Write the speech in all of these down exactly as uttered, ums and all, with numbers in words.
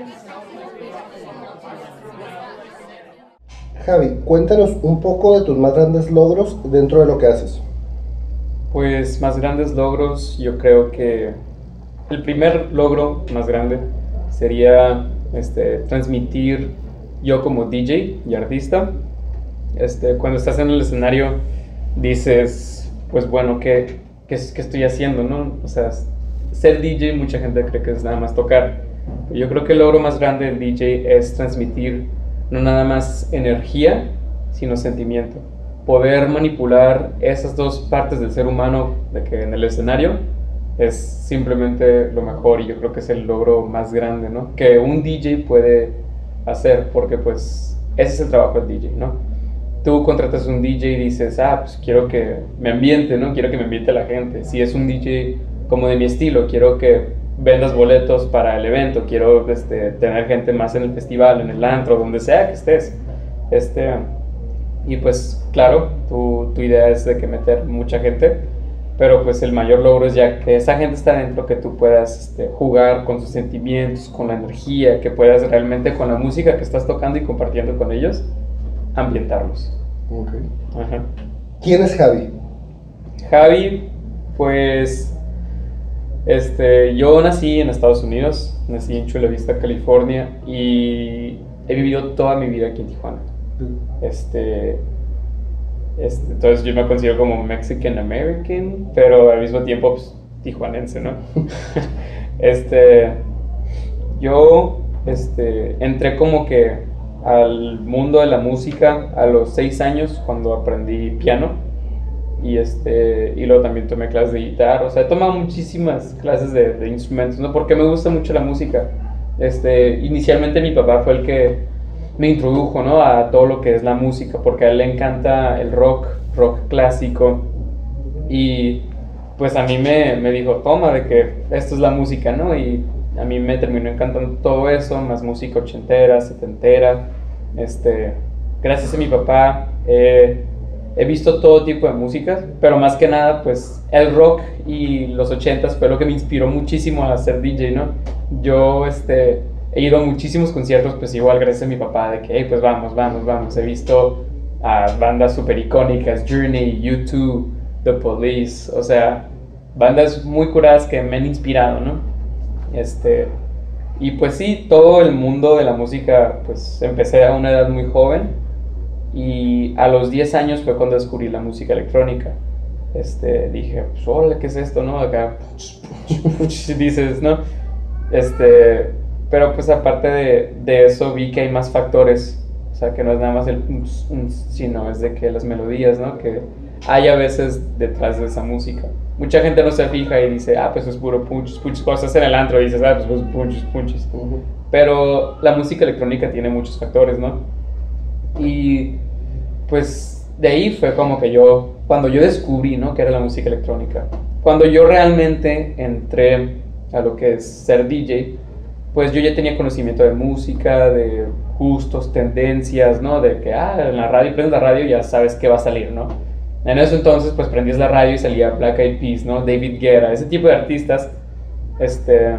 Javi, cuéntanos un poco de tus más grandes logros dentro de lo que haces. Pues más grandes logros, yo creo que el primer logro más grande sería este, transmitir yo como D J y artista. Este, cuando estás en el escenario dices, pues bueno, ¿qué, qué, qué estoy haciendo, no? O sea, ser D J mucha gente cree que es nada más tocar. Yo creo que el logro más grande del D J es transmitir no nada más energía, sino sentimiento. Poder manipular esas dos partes del ser humano de que en el escenario es simplemente lo mejor y yo creo que es el logro más grande, ¿no? Que un D J puede hacer, porque pues ese es el trabajo del D J, ¿no? Tú contratas un D J y dices, ah, pues quiero que me ambiente, ¿no? Quiero que me ambiente la gente. Si es un D J como de mi estilo, quiero que vendas boletos para el evento, quiero este, tener gente más en el festival, en el antro, donde sea que estés. Este, y pues claro, tu, tu idea es de que meter mucha gente, pero pues el mayor logro es ya que esa gente está dentro, que tú puedas este, jugar con sus sentimientos, con la energía, que puedas realmente con la música que estás tocando y compartiendo con ellos, ambientarlos. Okay. Ajá. ¿Quién es Javi? Javi, pues este, yo nací en Estados Unidos, nací en Chula Vista, California, y he vivido toda mi vida aquí en Tijuana. Este, este, entonces yo me considero como Mexican American, pero al mismo tiempo pues, tijuanense, ¿no? este, yo este, entré como que al mundo de la música a los seis años cuando aprendí piano y, este, y luego también tomé clases de guitarra, o sea, he tomado muchísimas clases de, de instrumentos, ¿no? Porque me gusta mucho la música. Este, inicialmente mi papá fue el que me introdujo, ¿no? A todo lo que es la música, porque a él le encanta el rock, rock clásico, y pues a mí me, me dijo, toma, de que esto es la música, ¿no? Y a mí me terminó encantando todo eso, más música ochentera, setentera. Este, gracias a mi papá eh, he visto todo tipo de música, pero más que nada, pues el rock y los ochentas fue lo que me inspiró muchísimo a ser D J, ¿no? Yo este, he ido a muchísimos conciertos, pues igual gracias a mi papá, de que, hey, pues vamos, vamos, vamos. He visto a bandas súper icónicas, Journey, U dos, The Police, o sea, bandas muy curadas que me han inspirado, ¿no? Este, y pues sí, todo el mundo de la música, pues empecé a una edad muy joven y a los diez años fue cuando descubrí la música electrónica. Este, dije, pues, hola, ¿qué es esto, no? Acá, dices, ¿no? Este, pero pues aparte de, de eso vi que hay más factores, o sea, que no es nada más el sino es de que las melodías, ¿no? Que hay a veces detrás de esa música. Mucha gente no se fija y dice, ah, pues es puro punches, punches. Cuando estás en el antro y dices, ah, pues punches, punches. Uh-huh. Pero la música electrónica tiene muchos factores, ¿no? Y pues de ahí fue como que yo, cuando yo descubrí, ¿no? Que era la música electrónica. Cuando yo realmente entré a lo que es ser D J, pues yo ya tenía conocimiento de música, de gustos, tendencias, ¿no? De que, ah, en la radio, prendes la radio y ya sabes qué va a salir, ¿no? En eso entonces, pues prendías la radio y salía Black Eyed Peas, ¿no? David Guetta, ese tipo de artistas. Este,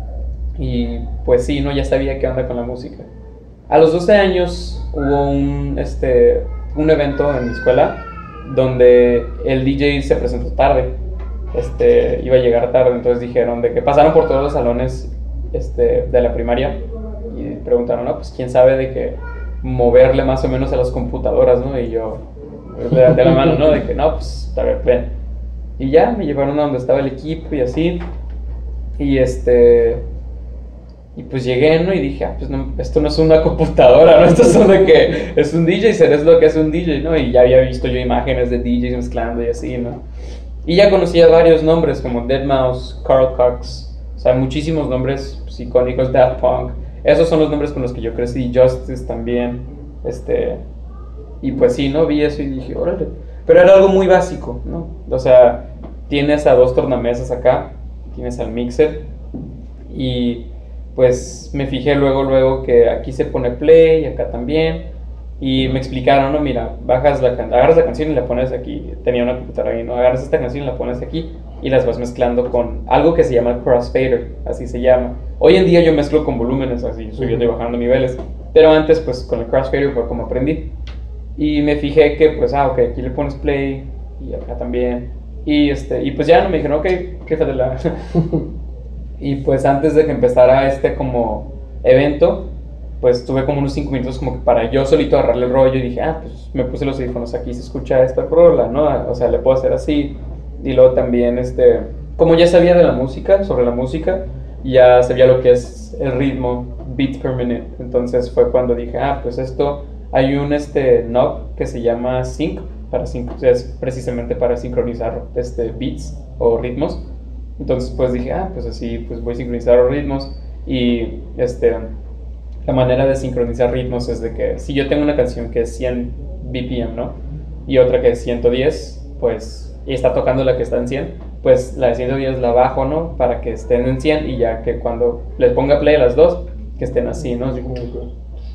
y pues sí, ¿no? Ya sabía qué onda con la música. A los doce años hubo un, este, un evento en mi escuela donde el D J se presentó tarde. Este, iba a llegar tarde, entonces dijeron de que pasaron por todos los salones este, de la primaria y preguntaron, no, pues quién sabe de que moverle más o menos a las computadoras, ¿no? Y yo de, de la mano, ¿no? De que no, pues a ver, ven. Y ya me llevaron a donde estaba el equipo y así. Y este y pues llegué, ¿no? Y dije, ah, pues no, esto no es una computadora, ¿no? Esto es de que es un D J, será lo que es un D J, ¿no? Y ya había visto yo imágenes de D Js mezclando y así, ¿no? Y ya conocía varios nombres como deadmau five, Carl Cox, o sea, muchísimos nombres pues, icónicos, Daft Punk. Esos son los nombres con los que yo crecí, Justice también, este... Y pues sí, ¿no? Vi eso y dije, órale. Pero era algo muy básico, ¿no? O sea, tienes a dos tornamesas acá, tienes al mixer y pues me fijé luego, luego que aquí se pone play y acá también. Y me explicaron, no, mira, bajas la can- agarras la canción y la pones aquí. Tenía una computadora ahí, ¿no? Agarras esta canción y la pones aquí. y las vas mezclando con algo que se llama crossfader, así se llama. Hoy en día yo mezclo con volúmenes, así subiendo y bajando niveles, pero antes pues con el crossfader fue como aprendí. Y me fijé que pues, ah, ok, aquí le pones play y acá también. Y, este, y pues ya no me dijeron, ok, jefe de la... Y pues antes de que empezara este como evento, pues tuve como unos cinco minutos como que para yo solito agarrarle el rollo y dije, ah, pues me puse los audífonos aquí, se escucha esta rola, ¿no? O sea, le puedo hacer así. Y luego también, este, como ya sabía de la música, sobre la música, ya sabía lo que es el ritmo, beats per minute. Entonces fue cuando dije, ah, pues esto, hay un este knob que se llama sync, para sync, o sea, es precisamente para sincronizar este, beats o ritmos. Entonces pues dije, ah, pues así pues voy a sincronizar los ritmos. Y este, la manera de sincronizar ritmos es de que si yo tengo una canción que es cien B P M, ¿no? Y otra que es ciento diez, pues, y está tocando la que está en cien, pues la de ciento diez la bajo, ¿no? Para que estén en cien y ya que cuando les ponga play a las dos, que estén así, ¿no? Así como que...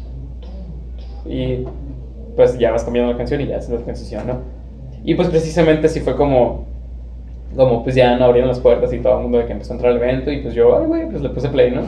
Y pues ya vas cambiando la canción y ya haces la transición, ¿no? Y pues precisamente así fue como, como pues ya no abrieron las puertas y todo el mundo de que empezó a entrar al evento y pues yo, ay güey, pues le puse play, ¿no?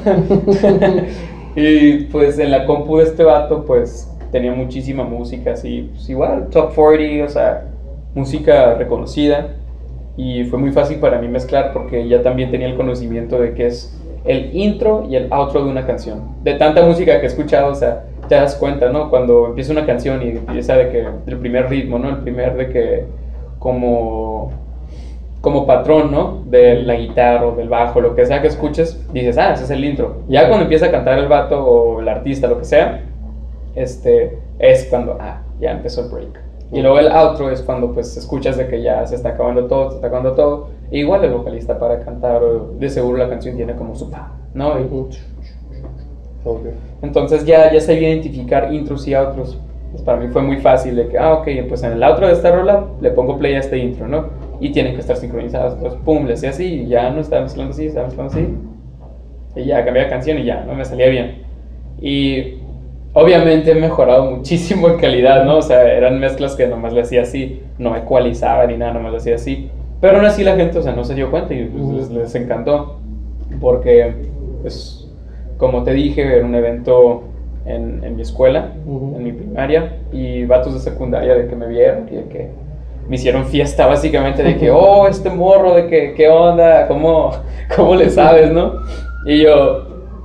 Y pues en la compu de este vato pues tenía muchísima música así, pues igual, top cuarenta, o sea, música reconocida. Y fue muy fácil para mí mezclar porque ya también tenía el conocimiento de qué es el intro y el outro de una canción. De tanta música que he escuchado, o sea, te das cuenta, ¿no? Cuando empieza una canción y empieza de que el primer ritmo, ¿no? El primer de que como como patrón, ¿no? De la guitarra o del bajo, lo que sea que escuches, dices, ah, ese es el intro. Ya cuando empieza a cantar el vato o el artista, lo que sea, este, es cuando, ah, ya empezó el break. Y luego el outro es cuando pues escuchas de que ya se está acabando todo, se está acabando todo. E igual el vocalista para cantar, o de seguro la canción tiene como su pa, ¿no? Y, okay. Entonces ya, ya sabía identificar intros y outros. Pues para mí fue muy fácil de que, ah, ok, pues en el outro de esta rola le pongo play a este intro, ¿no? Y tienen que estar sincronizados. Entonces, pum, le hacía así y ya no estaba mezclando así, estaba mezclando así. Y ya cambié la canción y ya, no me salía bien. Y obviamente he mejorado muchísimo en calidad, ¿no? O sea, eran mezclas que nomás le hacía así, no me ecualizaba ni nada, nomás le hacía así. Pero aún así la gente, o sea, no se dio cuenta y pues, les, les encantó. Porque, pues, como te dije, era un evento en, en mi escuela, uh-huh. en mi primaria, y vatos de secundaria de que me vieron y de que me hicieron fiesta básicamente de que, oh, este morro, de que, ¿qué onda? ¿Cómo, cómo le sabes, no? Y yo,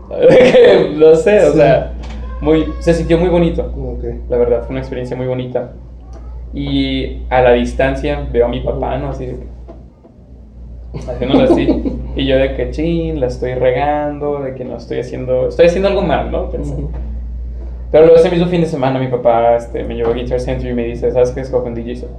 no sé, o sí. sea, muy, se sintió muy bonito, okay. La verdad, fue una experiencia muy bonita. Y a la distancia veo a mi papá, ¿no? Así de que, haciéndolo así, y yo de que, chin, la estoy regando, de que no estoy haciendo, estoy haciendo algo mal, ¿no? Pensé. Uh-huh. Pero luego ese mismo fin de semana mi papá este, me llevó a Guitar Center y me dice, ¿sabes qué? Escoge un D J set.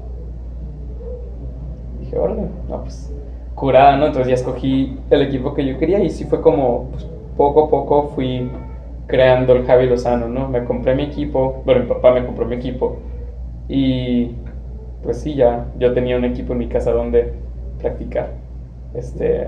Dije, órale, no, pues, curada, ¿no? Entonces ya escogí el equipo que yo quería y sí fue como, pues, poco a poco fui creando el Javi Lozano, ¿no? Me compré mi equipo, bueno, mi papá me compró mi equipo y, pues sí, ya, yo tenía un equipo en mi casa donde practicar. Este,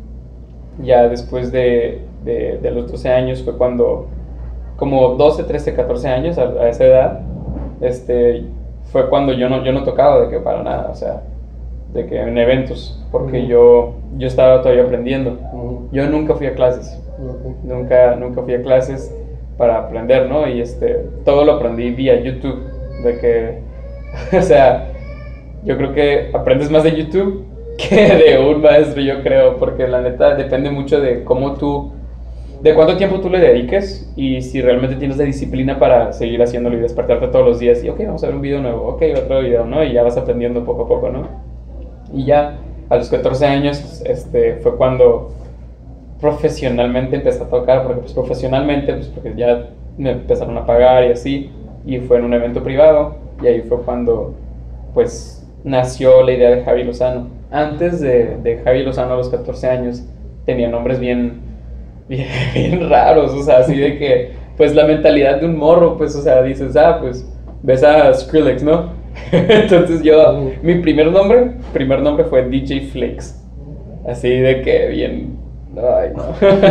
ya después de, de, de los doce años fue cuando, como doce, trece, catorce años, a, a esa edad, este, fue cuando yo no, yo no tocaba de que para nada, o sea, de que en eventos, porque uh-huh. yo, yo estaba todavía aprendiendo. Uh-huh. Yo nunca fui a clases, uh-huh. nunca, nunca fui a clases para aprender, ¿no? Y este, todo lo aprendí vía YouTube, de que, o sea, yo creo que aprendes más de YouTube que de un maestro, yo creo, porque la neta depende mucho de cómo tú, de cuánto tiempo tú le dediques y si realmente tienes la disciplina para seguir haciéndolo y despertarte todos los días y, ok, vamos a ver un video nuevo, ok, otro video, ¿no? Y ya vas aprendiendo poco a poco, ¿no? Y ya a los catorce años este, fue cuando profesionalmente empecé a tocar, porque pues profesionalmente, pues porque ya me empezaron a pagar y así, y fue en un evento privado, y ahí fue cuando pues nació la idea de Javi Lozano. Antes de, de Javi Lozano a los catorce años tenía nombres bien, bien, bien raros, o sea, así de que pues la mentalidad de un morro, pues o sea, dices, ah, pues ves a Skrillex, ¿no? Entonces yo, mi primer nombre, primer nombre fue D J Flakes. Así de que bien, ay no.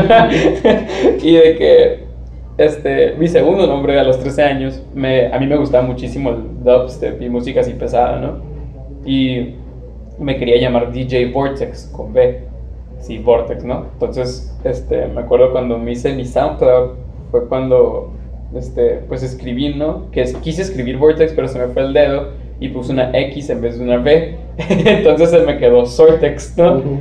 Y de que, este, mi segundo nombre a los trece años, me, a mí me gustaba muchísimo el dubstep y música así pesada, ¿no? Y me quería llamar D J Vortex con B, sí, Vortex, ¿no? Entonces, este, me acuerdo cuando me hice mi SoundCloud, fue cuando, este, pues escribí, ¿no? Que es, quise escribir Vortex, pero se me fue el dedo y puse una X en vez de una V, entonces se me quedó Sortex, ¿no? Uh-huh.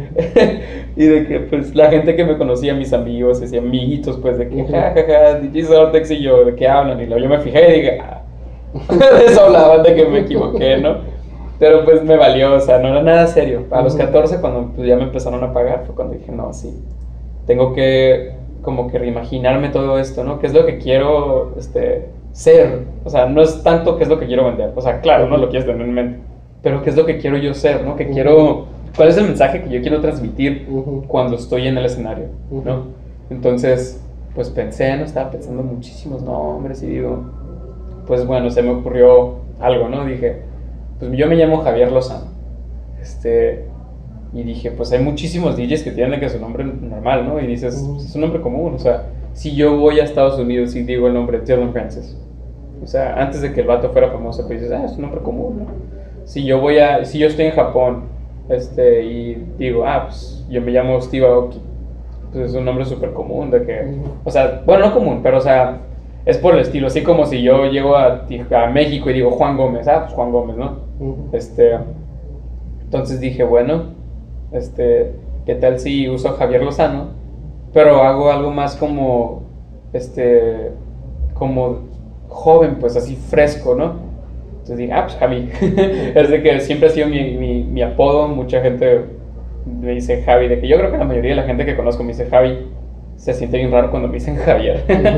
Y de que, pues, la gente que me conocía, mis amigos, decía, amiguitos, pues, de que, uh-huh. ja, ja, ja, D J Sortex, y yo, ¿de qué hablan? Y luego yo me fijé y dije, ah, de eso hablaban, de que me equivoqué, ¿no? Pero pues me valió, o sea, no era nada serio. A los catorce, cuando pues, ya me empezaron a pagar, fue cuando dije, no, sí, tengo que como que reimaginarme todo esto, ¿no? ¿Qué es lo que quiero este, ser? O sea, no es tanto qué es lo que quiero vender. O sea, claro, no lo quieres tener en mente, pero qué es lo que quiero yo ser, ¿no? Que quiero, ¿cuál es el mensaje que yo quiero transmitir cuando estoy en el escenario, ¿no? Entonces, pues pensé, ¿no? Estaba pensando muchísimos nombres y digo, pues bueno, se me ocurrió algo, ¿no? Dije, pues yo me llamo Javier Lozano, este, y dije, pues hay muchísimos D Js que tienen que su nombre normal, ¿no? Y dices, pues es un nombre común, o sea, si yo voy a Estados Unidos y digo el nombre Dylan Francis, o sea, antes de que el vato fuera famoso, pues dices, ah, es un nombre común, ¿no? Si yo voy a, si yo estoy en Japón, este, y digo, ah, pues yo me llamo Steve Aoki, pues es un nombre súper común, de que, o sea, bueno, no común, pero o sea, es por el estilo, así como si yo llego a, a México y digo Juan Gómez, ah, pues Juan Gómez, ¿no? Uh-huh. Este, entonces dije, bueno, este, ¿qué tal si uso Javier Lozano? Pero hago algo más como, este, como joven, pues así fresco, ¿no? Entonces dije, ah, pues Javi. Es de que siempre ha sido mi, mi, mi apodo, mucha gente me dice Javi, de que yo creo que la mayoría de la gente que conozco me dice Javi. Se siente bien raro cuando me dicen Javier.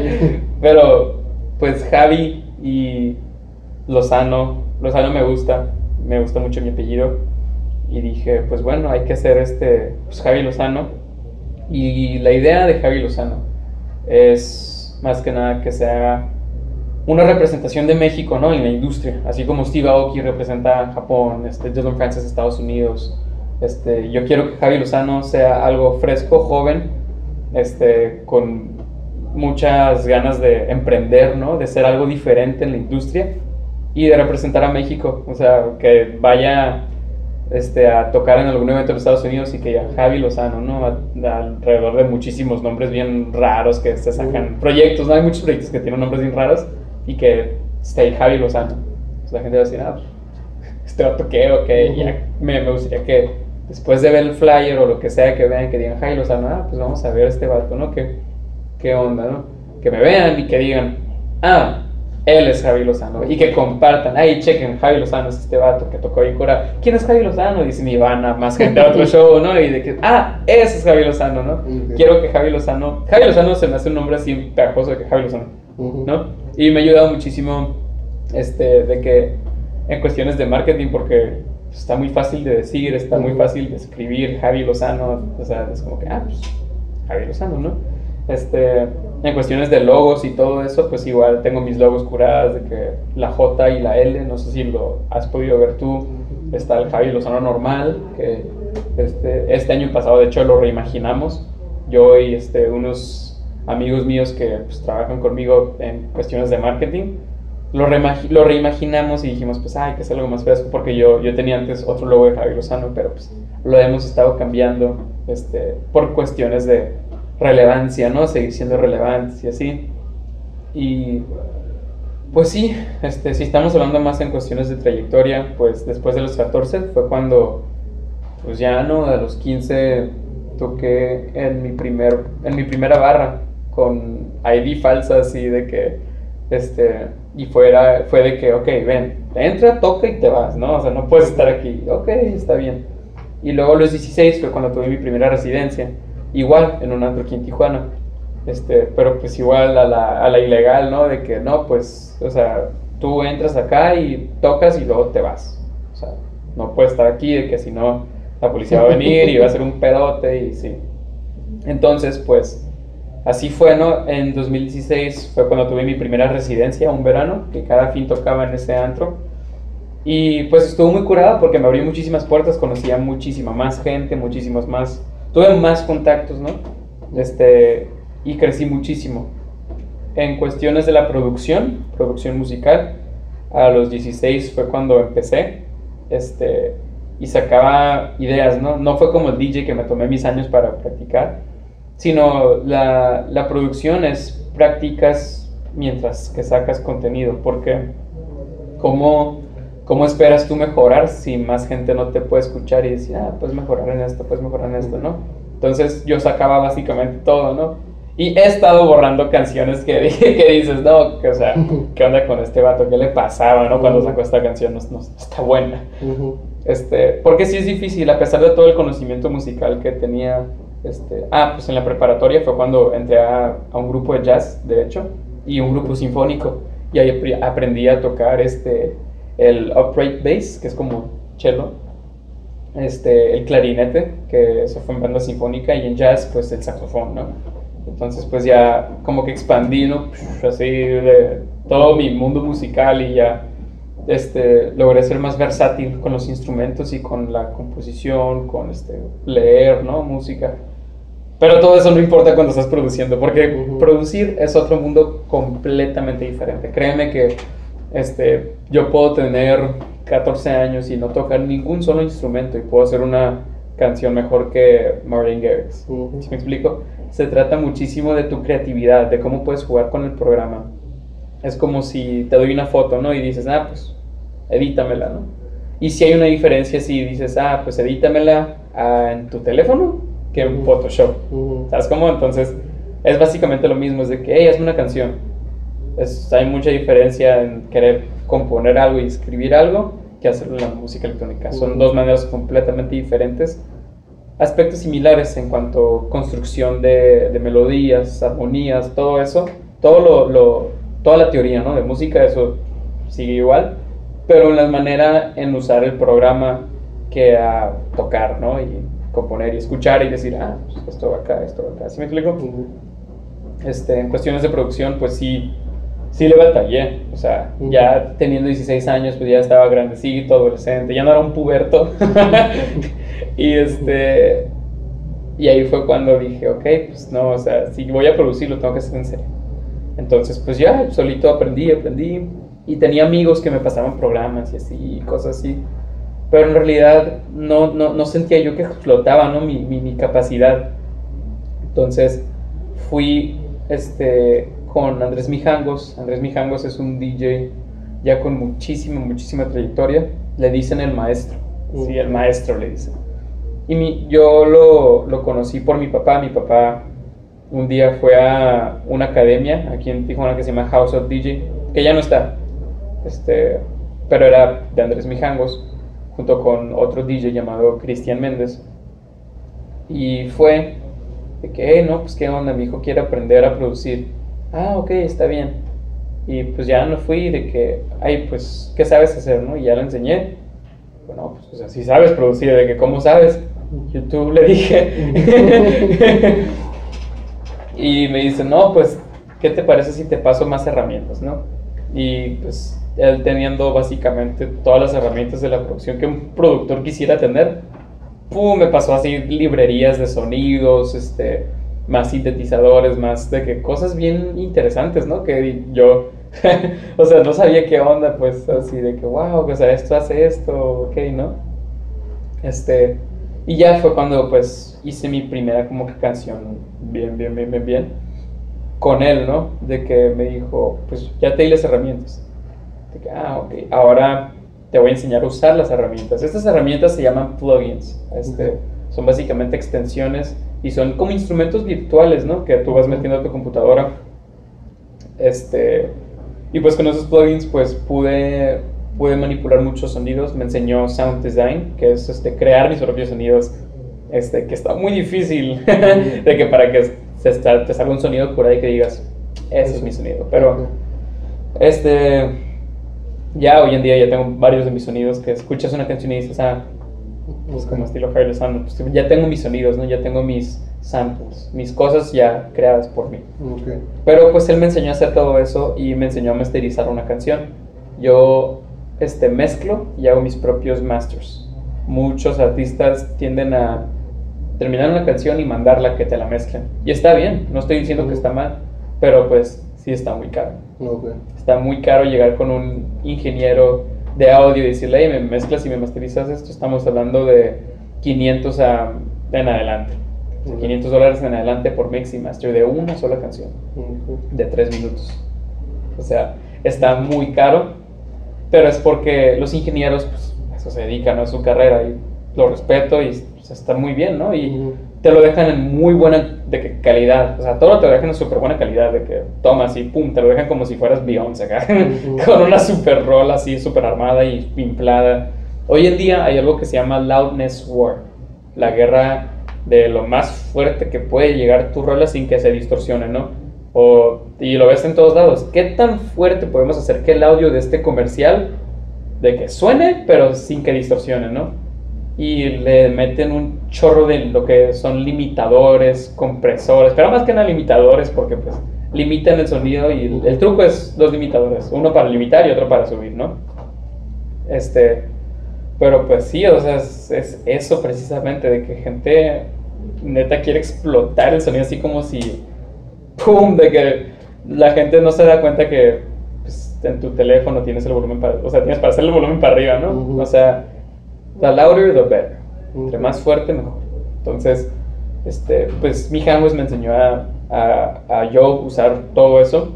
Pero, pues Javi y Lozano. Lozano me gusta. Me gusta mucho mi apellido. Y dije, pues bueno, hay que hacer este, pues Javi Lozano. Y la idea de Javi Lozano es más que nada que se haga una representación de México, ¿no? En la industria. Así como Steve Aoki representa a Japón, este, Dylan Francis Estados Unidos. Este, yo quiero que Javi Lozano sea algo fresco, joven, Este, con muchas ganas de emprender, ¿no? De ser algo diferente en la industria y de representar a México, o sea, que vaya este, a tocar en algún evento de Estados Unidos y que ya Javi Lozano, ¿no? A, a, alrededor de muchísimos nombres bien raros que se sacan, proyectos, ¿no? Hay muchos proyectos que tienen nombres bien raros y que esté ahí Javi Lozano. Pues la gente va a decir, ah, este vato qué, o qué, uh-huh. Ya me, me gustaría que después de ver el flyer o lo que sea, que vean, que digan, Javi Lozano, ah, pues vamos a ver a este vato, ¿no? ¿Qué, qué onda, no? Que me vean y que digan, ah, él es Javi Lozano. Y que compartan, ay, chequen, Javi Lozano es este vato que tocó bien cura. ¿Quién es Javi Lozano? Y dicen, y van a más gente a otro show, ¿no? Y de que, ah, ese es Javi Lozano, ¿no? Okay. Quiero que Javi Lozano, Javi Lozano se me hace un nombre así pegajoso de que Javi Lozano, uh-huh. ¿no? Y me ha ayudado muchísimo, este, de que, en cuestiones de marketing, porque está muy fácil de decir, está muy fácil de escribir Javi Lozano, o sea, es como que, ah, pues, Javi Lozano, ¿no? Este, en cuestiones de logos y todo eso, pues igual tengo mis logos curadas de que la J y la L, no sé si lo has podido ver tú, está el Javi Lozano normal, que este, este año pasado de hecho lo reimaginamos, yo y este, unos amigos míos que pues, trabajan conmigo en cuestiones de marketing, Lo, reimagi- lo reimaginamos y dijimos, pues, ay, que es algo más fresco, porque yo, yo tenía antes otro logo de Javi Lozano, pero pues lo hemos estado cambiando este, por cuestiones de relevancia, ¿no? Seguir siendo relevantes y así. Y pues sí, este, si estamos hablando más en cuestiones de trayectoria, pues después de los catorce fue cuando, pues ya, ¿no? A los quince toqué en mi, primer, en mi primera barra con I D falsas y de que, este... Y fuera, fue de que, ok, ven, entra, toca y te vas, ¿no? O sea, no puedes estar aquí. Ok, está bien. Y luego a los dieciséis fue cuando tuve mi primera residencia. Igual, en un antro aquí en Tijuana. Este, pero pues igual a la, a la ilegal, ¿no? De que, no, pues, o sea, tú entras acá y tocas y luego te vas. O sea, no puedes estar aquí de que si no, la policía va a venir y va a hacer un pedote y sí. Entonces, pues... Así fue, ¿no? En dos mil dieciséis fue cuando tuve mi primera residencia, un verano, que cada fin tocaba en ese antro. Y pues estuvo muy curado porque me abrió muchísimas puertas, conocí a muchísima más gente, muchísimos más... Tuve más contactos, ¿no? Este, y crecí muchísimo. En cuestiones de la producción, producción musical, a los dieciséis fue cuando empecé. Este, y sacaba ideas, ¿no? No fue como el D J que me tomé mis años para practicar, sino la, la producción es prácticas mientras que sacas contenido, porque ¿cómo, cómo esperas tú mejorar si más gente no te puede escuchar y decir, ah, puedes mejorar en esto, puedes mejorar en esto, ¿no? Entonces yo sacaba básicamente todo, ¿no? Y he estado borrando canciones que, que dices, no, que, o sea, ¿qué onda con este vato? ¿Qué le pasaba, no? Cuando sacó esta canción, no, no está buena. Uh-huh. Este, porque sí es difícil, a pesar de todo el conocimiento musical que tenía. Este, ah, pues en la preparatoria fue cuando entré a, a un grupo de jazz, de hecho, y un grupo sinfónico. Y ahí aprendí a tocar este, el upright bass, que es como cello, este, el clarinete, que eso fue en banda sinfónica, y en jazz, pues el saxofón, ¿no? Entonces pues ya como que expandí, ¿no? Así de todo mi mundo musical y ya este, logré ser más versátil con los instrumentos y con la composición, con este, leer, ¿no? Música. Pero todo eso no importa cuando estás produciendo, porque uh-huh. producir es otro mundo completamente diferente. Créeme que este, yo puedo tener catorce años y no tocar ningún solo instrumento y puedo hacer una canción mejor que Martin Garrix. Uh-huh. ¿Sí me explico? Se trata muchísimo de tu creatividad, de cómo puedes jugar con el programa. Es como si te doy una foto, ¿no? Y dices, ah, pues, edítamela, ¿no? Y si hay una diferencia, si dices, ah, pues, edítamela ah, en tu teléfono que en uh-huh. Photoshop. Uh-huh. ¿Sabes cómo? Entonces, es básicamente lo mismo. Es de que, hey, hazme una canción. Es, hay mucha diferencia en querer componer algo y escribir algo que hacerlo en la música electrónica. Uh-huh. Son dos maneras completamente diferentes. Aspectos similares en cuanto a construcción de, de melodías, armonías, todo eso, todo lo, lo, toda la teoría, ¿no? de música, eso sigue igual, pero en la manera en usar el programa que a tocar, ¿no? y componer y escuchar y decir, ah, pues esto va acá, esto va acá, ¿sí me explico? Uh-huh. Este, en cuestiones de producción, pues sí, sí le batallé, o sea, uh-huh. ya teniendo dieciséis años, pues ya estaba grandecito, adolescente, ya no era un puberto. Y este y ahí fue cuando dije, ok, pues no, o sea, si voy a producir lo tengo que hacer en serio. Entonces pues ya solito aprendí, aprendí y tenía amigos que me pasaban programas y así, cosas así. Pero en realidad no, no, no sentía yo que explotaba, ¿no? mi, mi, mi capacidad. Entonces fui este, con Andrés Mijangos. Andrés Mijangos es un D J ya con muchísima, muchísima trayectoria. Le dicen el maestro. Uh-huh. Sí, el maestro le dicen. Y mi, yo lo, lo conocí por mi papá. Mi papá un día fue a una academia aquí en Tijuana que se llama House of D J, que ya no está, este, pero era de Andrés Mijangos, junto con otro D J llamado Cristian Méndez. Y fue de que, hey, no, pues qué onda, mi hijo quiere aprender a producir. Ah, ok, está bien. Y pues ya no fui de que, ay, pues, ¿qué sabes hacer, no? Y ya le enseñé. Bueno, pues, o sea, si sabes producir, de que, ¿cómo sabes? YouTube le dije. Y me dice, no, pues, ¿qué te parece si te paso más herramientas, no? Y pues, él teniendo básicamente todas las herramientas de la producción que un productor quisiera tener, pum, me pasó así librerías de sonidos, este, más sintetizadores, más de que cosas bien interesantes, ¿no? Que yo, o sea, no sabía qué onda, pues, así de que, wow, o sea, esto hace esto, ok, ¿no? Este, y ya fue cuando, pues, hice mi primera como que canción bien, bien, bien, bien, bien, con él, ¿no? De que me dijo, pues, ya te di las herramientas. De que, ah, ok, ahora te voy a enseñar a usar las herramientas. Estas herramientas se llaman plugins, este, uh-huh. son básicamente extensiones y son como instrumentos virtuales, ¿no? Que tú vas metiendo a tu computadora. Este, y pues con esos plugins, pues, pude... pude manipular muchos sonidos. Me enseñó sound design, que es este, crear mis propios sonidos, este, que está muy difícil de que para que se está, te salga un sonido por ahí que digas, ese es mi sonido. Pero este, ya hoy en día ya tengo varios de mis sonidos que escuchas una canción y dices, ah, pues como estilo Harry Lozano, pues ya tengo mis sonidos, ¿no? Ya tengo mis samples, mis cosas ya creadas por mí. Okay. Pero pues él me enseñó a hacer todo eso y me enseñó a masterizar una canción. Yo este, mezclo y hago mis propios masters. Muchos artistas tienden a terminar una canción y mandarla que te la mezclen. Y está bien, no estoy diciendo uh-huh. que está mal, pero pues sí está muy caro. Okay. Está muy caro llegar con un ingeniero de audio y decirle, hey, me mezclas y me masterizas esto, estamos hablando de quinientos a, en adelante. O sea, quinientos dólares en adelante por mix y master de una sola canción, uh-huh. de tres minutos. O sea, está muy caro, pero es porque los ingenieros, pues, a eso se dedican, ¿no? Es su carrera y lo respeto y pues, está muy bien, ¿no? Y uh-huh. te lo dejan en muy buena de que, calidad, o sea, todo te lo dejan en súper buena calidad, de que tomas y pum, te lo dejan como si fueras Beyoncé acá, uh-huh. con una super rola así, súper armada y inflada. Hoy en día hay algo que se llama Loudness War, la guerra de lo más fuerte que puede llegar tu rola sin que se distorsione, ¿no? O, y lo ves en todos lados. ¿Qué tan fuerte podemos hacer que el audio de este comercial, de que suene, pero sin que distorsione, ¿no? Y le meten un chorro de lo que son limitadores, compresores, pero más que nada limitadores, porque pues limitan el sonido y el, el truco es dos limitadores, uno para limitar y otro para subir, ¿no? Este, pero pues sí, o sea, es, es eso precisamente, de que gente neta quiere explotar el sonido así como si, ¡pum!, de que la gente no se da cuenta que pues, en tu teléfono tienes el volumen para, o sea, tienes para hacer el volumen para arriba, ¿no? Uh-huh. O sea, the louder the better, uh-huh. entre más fuerte mejor. Entonces, este, pues mi Hanwes me enseñó a, a, a yo usar todo eso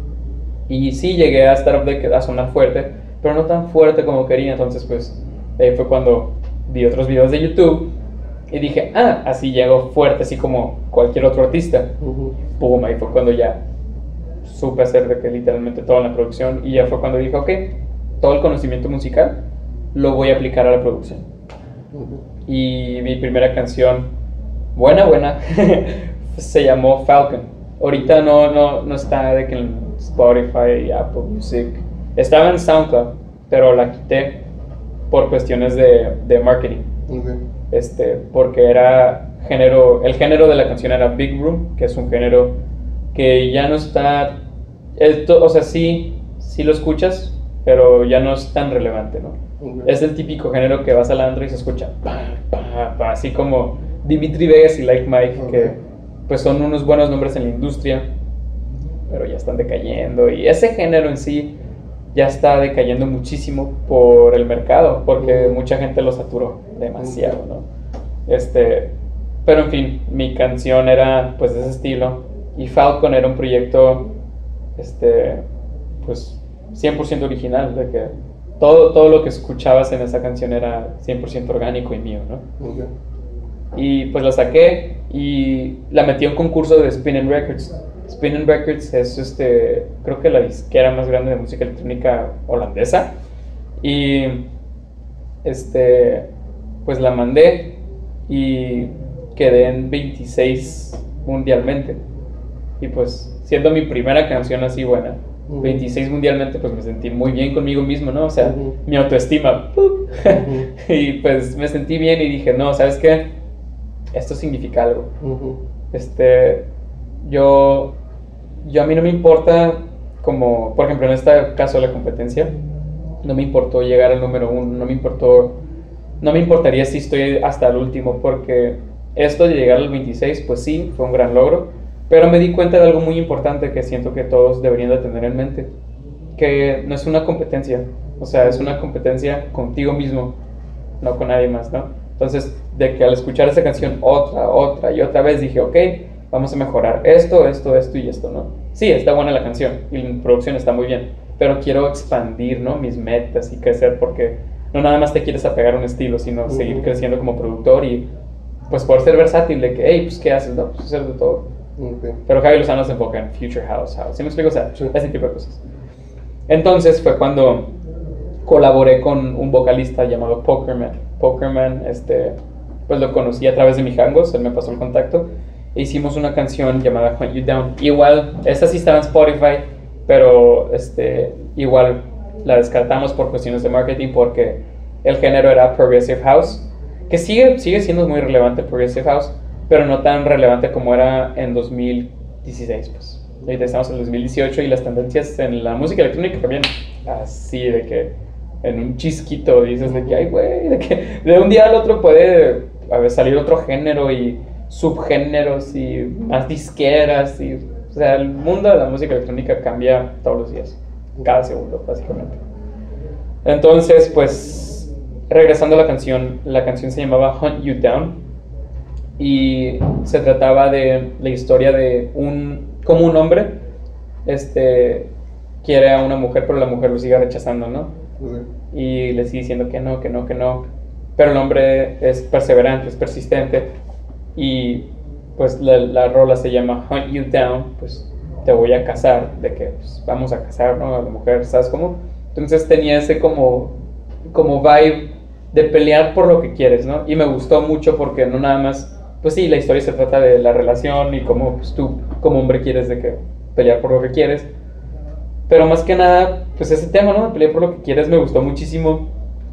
y sí llegué a estar de, a sonar fuerte, pero no tan fuerte como quería. Entonces pues ahí fue cuando vi otros videos de YouTube y dije, ah, así llego fuerte, así como cualquier otro artista. Uh-huh. Pum, ahí fue cuando ya supe hacer de que literalmente todo en la producción, y ya fue cuando dije, ok, todo el conocimiento musical lo voy a aplicar a la producción. Uh-huh. Y mi primera canción, buena, buena, se llamó Falcon. Ahorita no, no, no está de que en Spotify, Apple Music, estaba en SoundCloud, pero la quité por cuestiones de, de marketing. Okay. Este, porque era género, el género de la canción era Big Room, que es un género que ya no está, esto, o sea, sí, sí lo escuchas, pero ya no es tan relevante, ¿no? Okay. Es el típico género que vas al antro y se escucha, pa, pa, pa, así como Dimitri Vegas y Like Mike, okay. que pues son unos buenos nombres en la industria, pero ya están decayendo, y ese género en sí ya está decayendo muchísimo por el mercado, porque uh-huh. mucha gente lo saturó demasiado, uh-huh. ¿no? Este, pero en fin, mi canción era pues de ese estilo, y Falcon era un proyecto este, pues cien por ciento original, de que todo, todo lo que escuchabas en esa canción era cien por ciento orgánico y mío, ¿no? Uh-huh. Y pues la saqué y la metí a un concurso de Spinnin' Records. Spinnin' Records es, este, creo que la disquera más grande de música electrónica holandesa. Y, este, pues la mandé y quedé en veintiséis mundialmente. Y pues, siendo mi primera canción así buena, uh-huh. veintiséis mundialmente, pues me sentí muy bien conmigo mismo, ¿no? O sea, uh-huh. mi autoestima. Uh-huh. Y pues me sentí bien y dije, no, ¿sabes qué? Esto significa algo. Uh-huh. Este... Yo, yo a mí no me importa, como por ejemplo en este caso de la competencia, no me importó llegar al número uno, no me importó, no me importaría si estoy hasta el último, porque esto de llegar al veintiséis, pues sí, fue un gran logro, pero me di cuenta de algo muy importante que siento que todos deberían de tener en mente, que no es una competencia, o sea, es una competencia contigo mismo, no con nadie más, ¿no? Entonces, de que al escuchar esa canción otra, otra y otra vez dije, ok, vamos a mejorar esto, esto, esto y esto, ¿no? Sí, está buena la canción y la producción está muy bien, pero quiero expandir, ¿no?, mis metas y crecer, porque no nada más te quieres apegar a un estilo, sino uh-huh. seguir creciendo como productor y pues por ser versátil, de que, hey, pues ¿qué haces? No, pues hacer de todo. Okay. Pero Javi Lozano se enfoca en Future House, House, ¿sí me explico? O sea, sí. ese tipo de cosas. Entonces fue cuando colaboré con un vocalista llamado Pokerman. Pokerman, este, pues lo conocí a través de mi Hangos, él me pasó el contacto. E hicimos una canción llamada Hunt You Down. Igual, esta sí estaba en Spotify, pero este, igual la descartamos por cuestiones de marketing, porque el género era Progressive House, que sigue, sigue siendo muy relevante Progressive House, pero no tan relevante como era en dos mil dieciséis, pues. Ahorita estamos en dos mil dieciocho y las tendencias en la música electrónica cambian así, de que en un chisquito dices de que, ay, güey, de que de un día al otro puede a ver, salir otro género y subgéneros y más disqueras y, o sea, el mundo de la música electrónica cambia todos los días, cada segundo básicamente. Entonces, pues, regresando a la canción, la canción se llamaba Hunt You Down y se trataba de la historia de un, como un hombre, este, quiere a una mujer, pero la mujer lo sigue rechazando, ¿no? Sí. Y le sigue diciendo que no, que no, que no, pero el hombre es perseverante, es persistente y pues la, la rola se llama Hunt You Down, pues te voy a casar, de que pues, vamos a casar, ¿no? A la mujer, ¿sabes cómo? Entonces tenía ese como, como vibe de pelear por lo que quieres, ¿no? Y me gustó mucho porque no nada más, pues sí, la historia se trata de la relación y cómo pues, tú como hombre quieres de que pelear por lo que quieres, pero más que nada, pues ese tema, ¿no? De pelear por lo que quieres me gustó muchísimo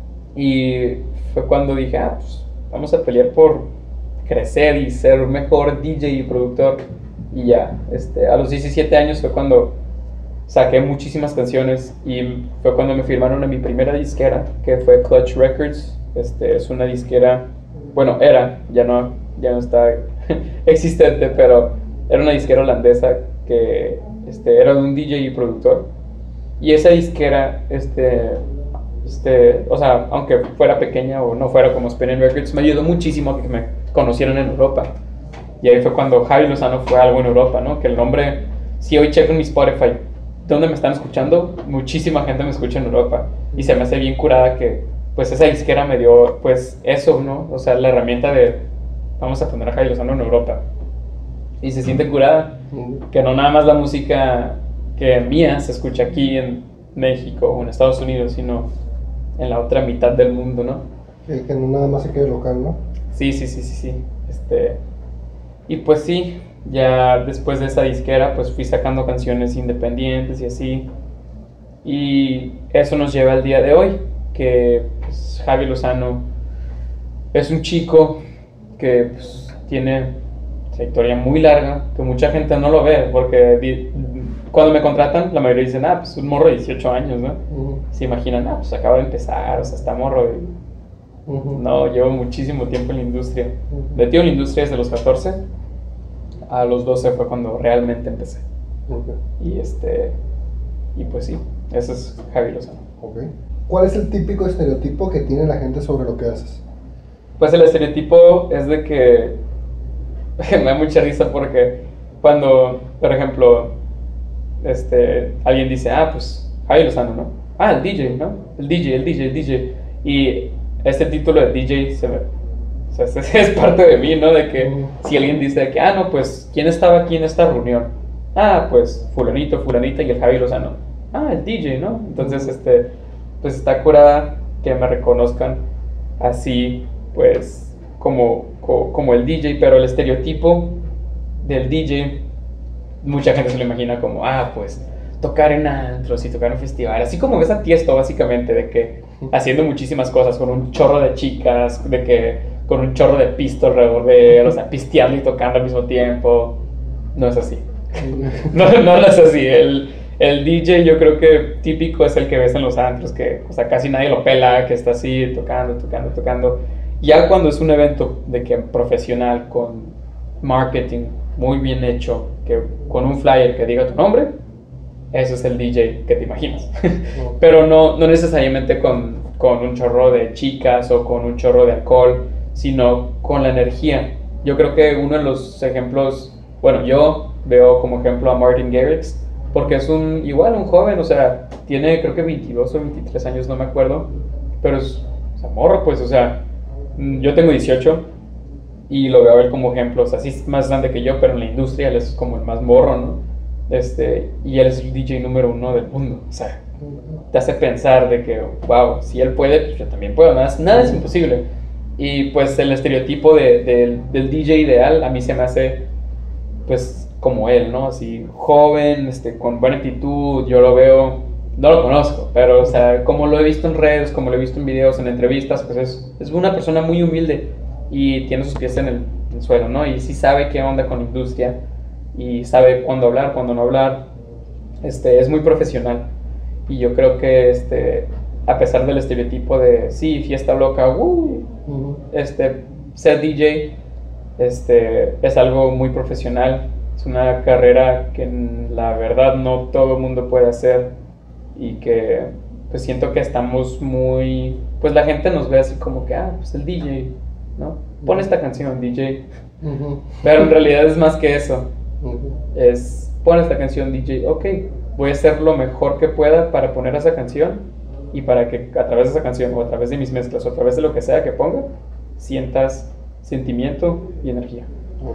y fue cuando dije, ah, pues vamos a pelear por crecer y ser mejor D J y productor. Y ya, este, a los diecisiete años fue cuando saqué muchísimas canciones y fue cuando me firmaron en mi primera disquera, que fue Clutch Records. Este, es una disquera, bueno, era, ya no, ya no está existente, pero era una disquera holandesa que este, era de un D J y productor. Y esa disquera, este, este, o sea, aunque fuera pequeña o no fuera como Spinning Records, me ayudó muchísimo a que me conocieran en Europa. Y ahí fue cuando Javi Lozano fue algo en Europa, ¿no? Que el nombre, si hoy checo en mi Spotify, ¿dónde me están escuchando? Muchísima gente me escucha en Europa. Y se me hace bien curada que, pues, esa disquera me dio, pues, eso, ¿no? O sea, la herramienta de, vamos a poner a Javi Lozano en Europa. Y se siente curada, que no nada más la música que mía se escucha aquí en México o en Estados Unidos, sino en la otra mitad del mundo, ¿no? Que, que no nada más se quede local, ¿no? Sí, sí, sí, sí, sí. Este... Y pues sí, ya después de esa disquera pues fui sacando canciones independientes y así. Y eso nos lleva al día de hoy, que pues, Javi Lozano es un chico que pues, tiene una historia muy larga, que mucha gente no lo ve, porque di, cuando me contratan la mayoría dicen, ah, pues un morro de dieciocho años, ¿no? Uh-huh. Se imaginan, ah, pues acaba de empezar, o sea, está morro. Y... Uh-huh. No, llevo muchísimo tiempo en la industria. Uh-huh. Metido en la industria desde los catorce. A los doce fue cuando realmente empecé. Okay. Y este y pues sí, ese es Javi Lozano. Okay. ¿Cuál es el típico estereotipo que tiene la gente sobre lo que haces? Pues el estereotipo es de que me da mucha risa porque cuando, por ejemplo, este alguien dice, ah, pues Javi Lozano, ¿no? Ah, el D J, ¿no? El D J, el D J, el D J. Y este título de D J se me... O sea, es parte de mí, ¿no? De que uh-huh. si alguien dice que, ah, no, pues, ¿quién estaba aquí en esta reunión? Ah, pues, fulanito, fulanita y el Javi Lozano. Ah, el D J, ¿no? Entonces, este, pues está curada que me reconozcan así, pues, como, como, como el D J, pero el estereotipo del D J, mucha gente se lo imagina como, ah, pues, tocar en antros y tocar en festivales, así como ves a Tiesto, básicamente, de que haciendo muchísimas cosas con un chorro de chicas, de que con un chorro de pisto alrededor de él, o sea, pisteando y tocando al mismo tiempo. No es así. No, no, no es así. El, el D J yo creo que típico es el que ves en los antros, que, o sea, casi nadie lo pela, que está así tocando, tocando, tocando. Ya cuando es un evento de que profesional, con marketing muy bien hecho, que con un flyer que diga tu nombre, ese es el D J que te imaginas. No. Pero no, no necesariamente con, con un chorro de chicas o con un chorro de alcohol, sino con la energía. Yo creo que uno de los ejemplos, bueno, yo veo como ejemplo a Martin Garrix, porque es un, igual un joven, o sea, tiene creo que veintidós o veintitrés años, no me acuerdo, pero es, o sea, morro, pues, o sea, yo tengo dieciocho y lo veo a él como ejemplo, o sea, sí es más grande que yo, pero en la industria él es como el más morro, ¿no? Este, y él es el D J número uno del mundo, o sea, te hace pensar de que, wow, si él puede, pues yo también puedo, nada, nada es imposible. Y pues el estereotipo de, de, del D J ideal a mí se me hace pues como él, ¿no? Así joven, este, con buena actitud, yo lo veo, no lo conozco, pero o sea, como lo he visto en redes, como lo he visto en videos, en entrevistas, pues es, es una persona muy humilde y tiene sus pies en el, en el suelo, ¿no? Y sí sabe qué onda con la industria y sabe cuándo hablar, cuándo no hablar, este, es muy profesional y yo creo que este... a pesar del estereotipo de, sí, fiesta loca, uh, uh-huh. este, ser D J este, es algo muy profesional, es una carrera que la verdad no todo el mundo puede hacer y que pues siento que estamos muy, pues la gente nos ve así como que, ah, pues el D J, ¿no? Pon esta canción, D J. Ujú. Pero en realidad es más que eso. Ujú. Es, pon esta canción, D J, ok, voy a hacer lo mejor que pueda para poner esa canción y para que a través de esa canción o a través de mis mezclas o a través de lo que sea que ponga, sientas sentimiento y energía.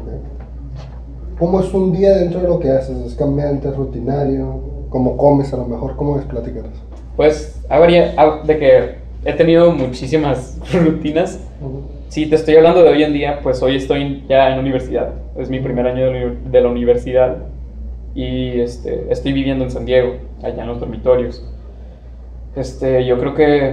Ok. ¿Cómo es un día dentro de lo que haces? ¿Es cambiante, es rutinario? ¿Cómo comes a lo mejor? ¿Cómo es? Platícanos. Pues, habría, hab- de que he tenido muchísimas rutinas. Ujú. Si te estoy hablando de hoy en día, pues hoy estoy ya en universidad. Es mi primer año de la, uni- de la universidad y este, estoy viviendo en San Diego, allá en los dormitorios. Este, yo creo que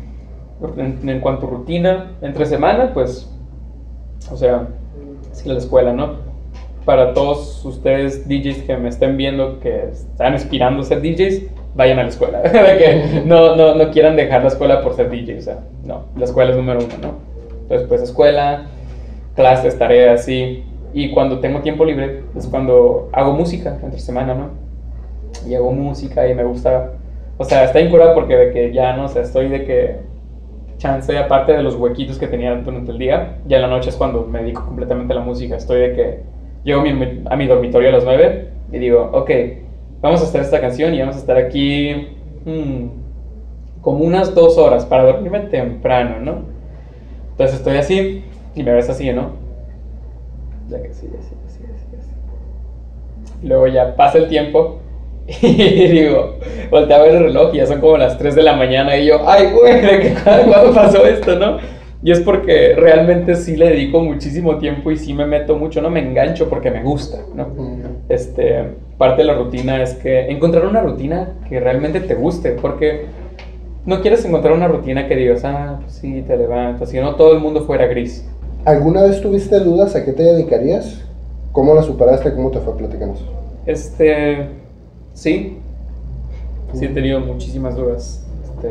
en, en cuanto a rutina, entre semana, pues, o sea, sí, la escuela, ¿no? Para todos ustedes D Js que me estén viendo, que están aspirando a ser D Js, vayan a la escuela. De que no, no, no quieran dejar la escuela por ser D J, o sea, no, la escuela es número uno, ¿no? Entonces, pues, escuela, clases, tareas, sí. Y cuando tengo tiempo libre es cuando hago música entre semana, ¿no? Y hago música y me gusta, o sea, está incurado porque de que ya, no o sea, estoy de que chance, aparte de los huequitos que tenía durante el día, ya en la noche es cuando me dedico completamente a la música. Estoy de que llego a mi, a mi dormitorio a las nueve y digo, ok, vamos a hacer esta canción y vamos a estar aquí hmm, como unas dos horas para dormirme temprano, ¿no? Entonces estoy así y me ves así, ¿no? Ya que sí, así, así, así, así. Y luego ya pasa el tiempo y digo, volteo a ver el reloj y ya son como las tres de la mañana y yo, ay, güey, ¿de qué, ¿cuándo pasó esto, no? Y es porque realmente sí le dedico muchísimo tiempo y sí me meto mucho, no me engancho porque me gusta, ¿no? Ujú. Este, parte de la rutina es que encontrar una rutina que realmente te guste, porque no quieres encontrar una rutina que digas, ah, pues sí, te levantas, si no todo el mundo fuera gris. ¿Alguna vez tuviste dudas a qué te dedicarías? ¿Cómo la superaste? ¿Cómo te fue? Platícanos. Este, sí, sí he tenido muchísimas dudas. Este,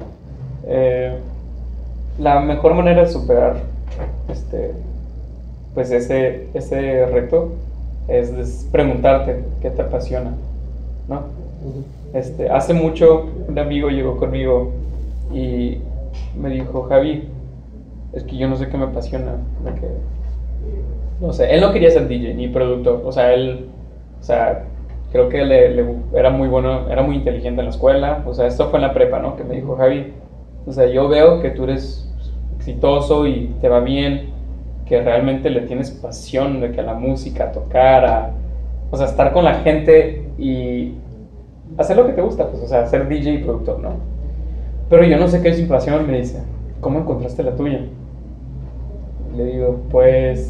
eh, la mejor manera de superar este, pues ese, ese reto es, es preguntarte qué te apasiona, ¿no? Ujú. Este, hace mucho un amigo llegó conmigo y me dijo, Javi, es que yo no sé qué me apasiona, de que, no sé, él no quería ser D J ni productor, o sea, él, o sea, creo que le, le- era muy bueno, era muy inteligente en la escuela, o sea, esto fue en la prepa, ¿no? Que me dijo, Javi, o sea, yo veo que tú eres exitoso y te va bien, que realmente le tienes pasión de que a la música, a tocar, a, o sea, estar con la gente y hacer lo que te gusta, pues, o sea, ser D J y productor, ¿no? Pero yo no sé qué es mi pasión, me dice, ¿cómo encontraste la tuya? Le digo, pues,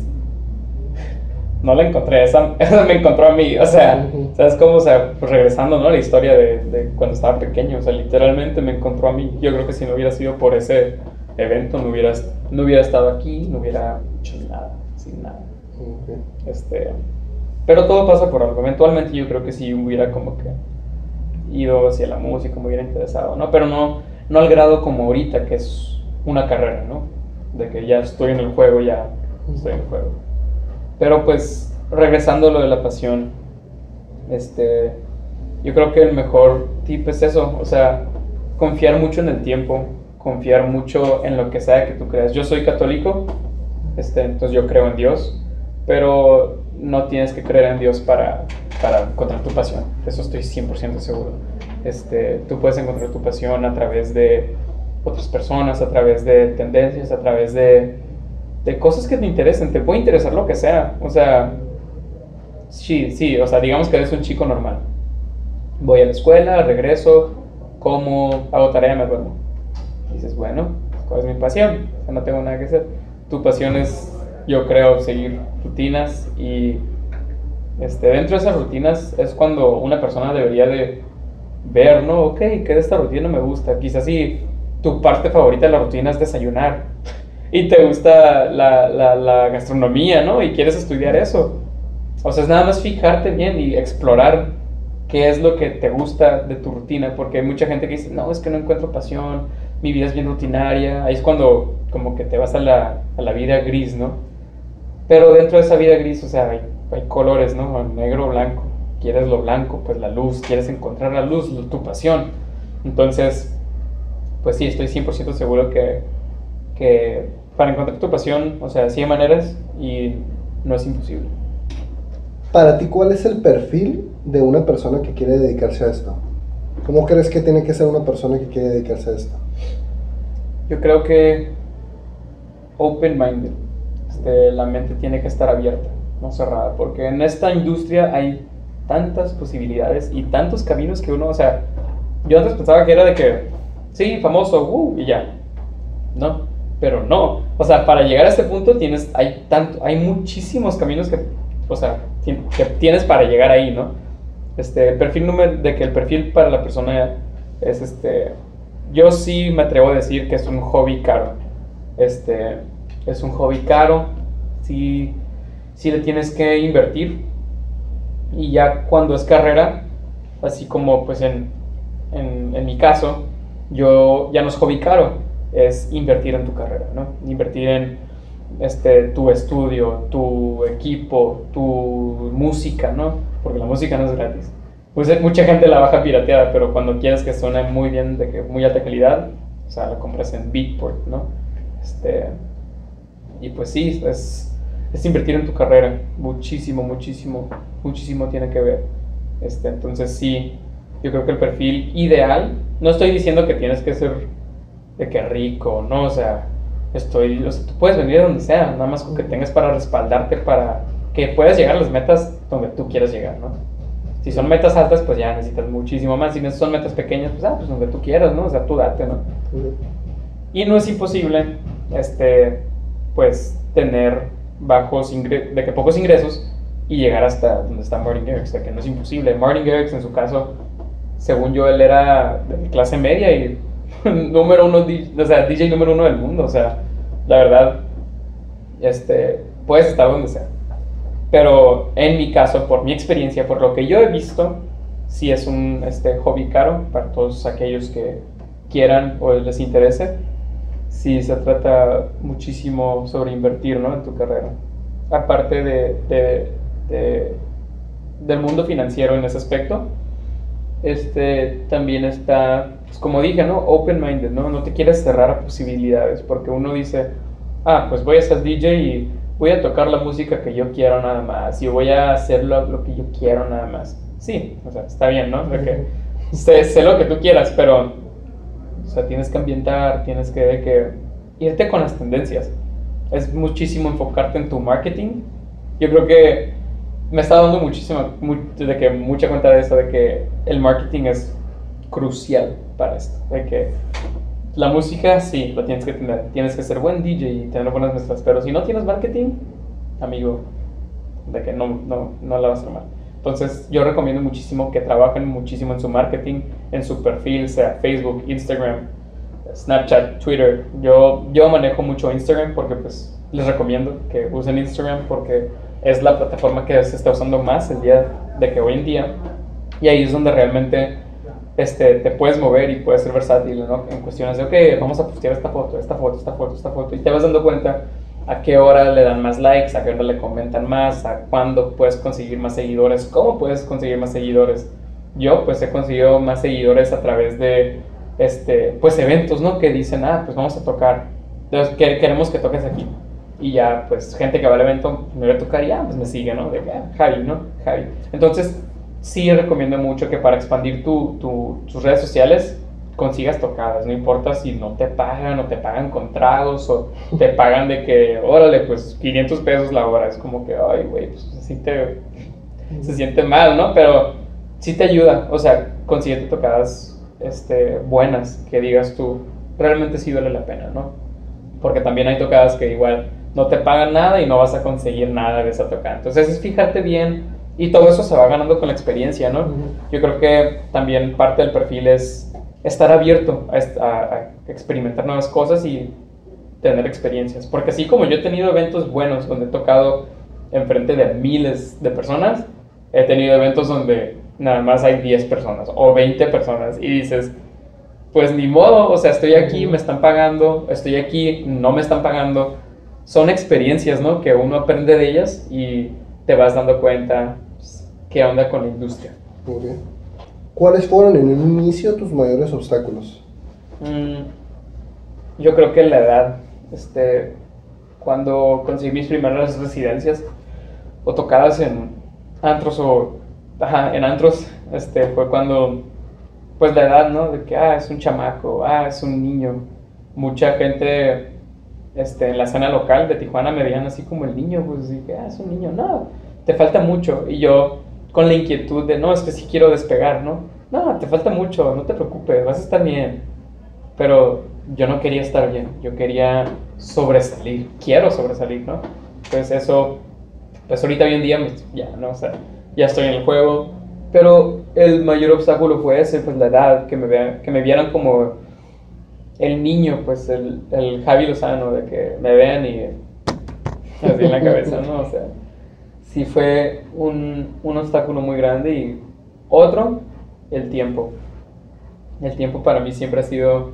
no la encontré, esa, esa me encontró a mí, o sea, Ujú. ¿sabes cómo? O sea, pues regresando, ¿no? La historia de, de cuando estaba pequeño, o sea, literalmente me encontró a mí. Yo creo que si no hubiera sido por ese evento, no hubiera, no hubiera estado aquí, no hubiera hecho nada, sin nada. Ok. Este, pero todo pasa por algo. Eventualmente yo creo que sí hubiera como que ido hacia la música, me hubiera interesado, ¿no? Pero no, no al grado como ahorita, que es una carrera, ¿no? De que ya estoy en el juego, ya estoy en el juego. Pero pues, regresando a lo de la pasión, este, yo creo que el mejor tip es eso, o sea, confiar mucho en el tiempo, confiar mucho en lo que sea que tú creas. Yo soy católico, este, entonces yo creo en Dios, pero no tienes que creer en Dios para, para encontrar tu pasión, de eso estoy cien por ciento seguro. Este, tú puedes encontrar tu pasión a través de otras personas, a través de tendencias, a través de, de cosas que te interesen, te puede interesar lo que sea, o sea, sí, sí, o sea, digamos que eres un chico normal. Voy a la escuela, regreso, como, hago tarea, me duermo. Dices, bueno, ¿cuál es mi pasión? O sea, no tengo nada que hacer. Tu pasión es, yo creo, seguir rutinas y este, dentro de esas rutinas es cuando una persona debería de ver, ¿no? Ok, ¿qué de esta rutina me gusta? Quizás si tu parte favorita de la rutina es desayunar y te gusta la, la, la gastronomía, ¿no? Y quieres estudiar eso. O sea, es nada más fijarte bien y explorar qué es lo que te gusta de tu rutina, porque hay mucha gente que dice, no, es que no encuentro pasión, mi vida es bien rutinaria, ahí es cuando como que te vas a la, a la vida gris, ¿no? Pero dentro de esa vida gris, o sea, hay, hay colores, ¿no? Negro o blanco. Quieres lo blanco, pues la luz, quieres encontrar la luz, tu pasión. Entonces, pues sí, estoy cien por ciento seguro que, que para encontrar tu pasión, o sea, sí hay maneras y no es imposible. Para ti, ¿cuál es el perfil de una persona que quiere dedicarse a esto? ¿Cómo crees que tiene que ser una persona que quiere dedicarse a esto? Yo creo que open-minded, este, la mente tiene que estar abierta, no cerrada, porque en esta industria hay tantas posibilidades y tantos caminos que uno, o sea, yo antes pensaba que era de que, sí, famoso, uh, y ya, no, pero no, o sea, para llegar a este punto tienes, hay tanto, hay muchísimos caminos que, o sea, que tienes para llegar ahí, ¿no? Este, el perfil número, de que el perfil para la persona es, este, yo sí me atrevo a decir que es un hobby caro, este, es un hobby caro, sí, sí le tienes que invertir, y ya cuando es carrera, así como pues en, en, en mi caso, yo ya no es hobby caro, es invertir en tu carrera, ¿no? Invertir en este, tu estudio, tu equipo, tu música, ¿no? Porque la música no es gratis. Pues mucha gente la baja pirateada, pero cuando quieres que suene muy bien, de que muy alta calidad, o sea, la compras en Beatport, ¿no? Este, y pues sí, es, es invertir en tu carrera, muchísimo, muchísimo, muchísimo tiene que ver. Este, entonces sí, yo creo que el perfil ideal, no estoy diciendo que tienes que ser de que rico, ¿no? O sea, estoy, o sea, tú puedes venir de donde sea, nada más con que tengas para respaldarte, para que puedas llegar a las metas donde tú quieras llegar, ¿no? Si son metas altas, pues ya necesitas muchísimo más. Si son metas pequeñas, pues, ah, pues donde tú quieras, ¿no? O sea, tú date, ¿no? Uh-huh. Y no es imposible, este, pues, tener bajos ingresos, de que pocos ingresos y llegar hasta donde está Martin Garrix, de que no es imposible. Martin Garrix, en su caso, según yo, él era de clase media y número uno, o sea, D J número uno del mundo, o sea, la verdad, este, puedes estar donde sea. Pero en mi caso, por mi experiencia, por lo que yo he visto, sí es un este, hobby caro para todos aquellos que quieran o les interese. Sí se trata muchísimo sobre invertir, ¿no? En tu carrera. Aparte de, de, de, del mundo financiero en ese aspecto, este, también está, pues como dije, ¿no? Open-minded, ¿no? No te quieres cerrar a posibilidades, porque uno dice, ah, pues voy a ser D J y voy a tocar la música que yo quiero nada más, y voy a hacer lo, lo que yo quiero nada más. Sí, o sea, está bien, ¿no? De que sé, sé lo que tú quieras, pero, o sea, tienes que ambientar, tienes que, de que irte con las tendencias. Es muchísimo enfocarte en tu marketing. Yo creo que me está dando muchísima, muy, de que mucha cuenta de esto, de que el marketing es crucial para esto, de que la música sí, lo tienes que tener, tienes que ser buen D J y tener buenas mezclas, pero si no tienes marketing, amigo, de que no, no, no la vas a armar. Entonces yo recomiendo muchísimo que trabajen muchísimo en su marketing, en su perfil, sea Facebook, Instagram, Snapchat, Twitter. Yo, yo manejo mucho Instagram porque pues les recomiendo que usen Instagram porque es la plataforma que se está usando más el día de que hoy en día, y ahí es donde realmente este, te puedes mover y puedes ser versátil, ¿no? En cuestiones de, ok, vamos a postear esta foto, esta foto, esta foto, esta foto, y te vas dando cuenta a qué hora le dan más likes, a qué hora le comentan más, a cuándo puedes conseguir más seguidores, cómo puedes conseguir más seguidores. Yo pues he conseguido más seguidores a través de este, pues eventos, ¿no? Que dicen, ah, pues vamos a tocar, entonces queremos que toques aquí. Y ya, pues, gente que va al evento me va a tocar y ya, pues me sigue, ¿no? De que, ah, Javi, ¿no? Javi. Entonces, sí recomiendo mucho que para expandir tu, tu, tus redes sociales consigas tocadas, no importa si no te pagan o te pagan con tragos o te pagan de que, órale, pues quinientos pesos la hora, es como que, ay, güey, pues se siente, se siente mal, ¿no? Pero sí te ayuda, o sea, consíguete tocadas este, buenas, que digas tú, realmente sí vale la pena, ¿no? Porque también hay tocadas que igual no te pagan nada y no vas a conseguir nada de esa tocada. Entonces es fijarte bien y todo eso se va ganando con la experiencia, ¿no? Uh-huh. Yo creo que también parte del perfil es estar abierto a, a, a experimentar nuevas cosas y tener experiencias. Porque así como yo he tenido eventos buenos donde he tocado enfrente de miles de personas, he tenido eventos donde nada más hay diez personas o veinte personas y dices, pues ni modo, o sea, estoy aquí, me están pagando, estoy aquí, no me están pagando. Son experiencias, ¿no? Que uno aprende de ellas y te vas dando cuenta, pues, qué onda con la industria. Muy bien. ¿Cuáles fueron en un inicio tus mayores obstáculos? Mm, yo creo que la edad, este, cuando conseguí mis primeras residencias o tocadas en antros o, ajá, en antros, este, fue cuando, pues la edad, ¿no? De que, ah, es un chamaco, ah, es un niño. Mucha gente, este, en la escena local de Tijuana me veían así como el niño, pues dije, ah, es un niño, no, te falta mucho. Y yo, con la inquietud de, no, es que sí quiero despegar, ¿no? No, te falta mucho, no te preocupes, vas a estar bien. Pero yo no quería estar bien, yo quería sobresalir, quiero sobresalir, ¿no? Pues eso, pues ahorita hoy en día, pues, ya, ¿no? O sea, ya estoy en el juego, pero el mayor obstáculo fue ese, pues la edad, que me, vean, que me vieran como el niño, pues el, el Javi Lozano, de que me vean y así en la cabeza, ¿no? O sea, sí fue un, un obstáculo muy grande. Y otro, el tiempo. El tiempo para mí siempre ha sido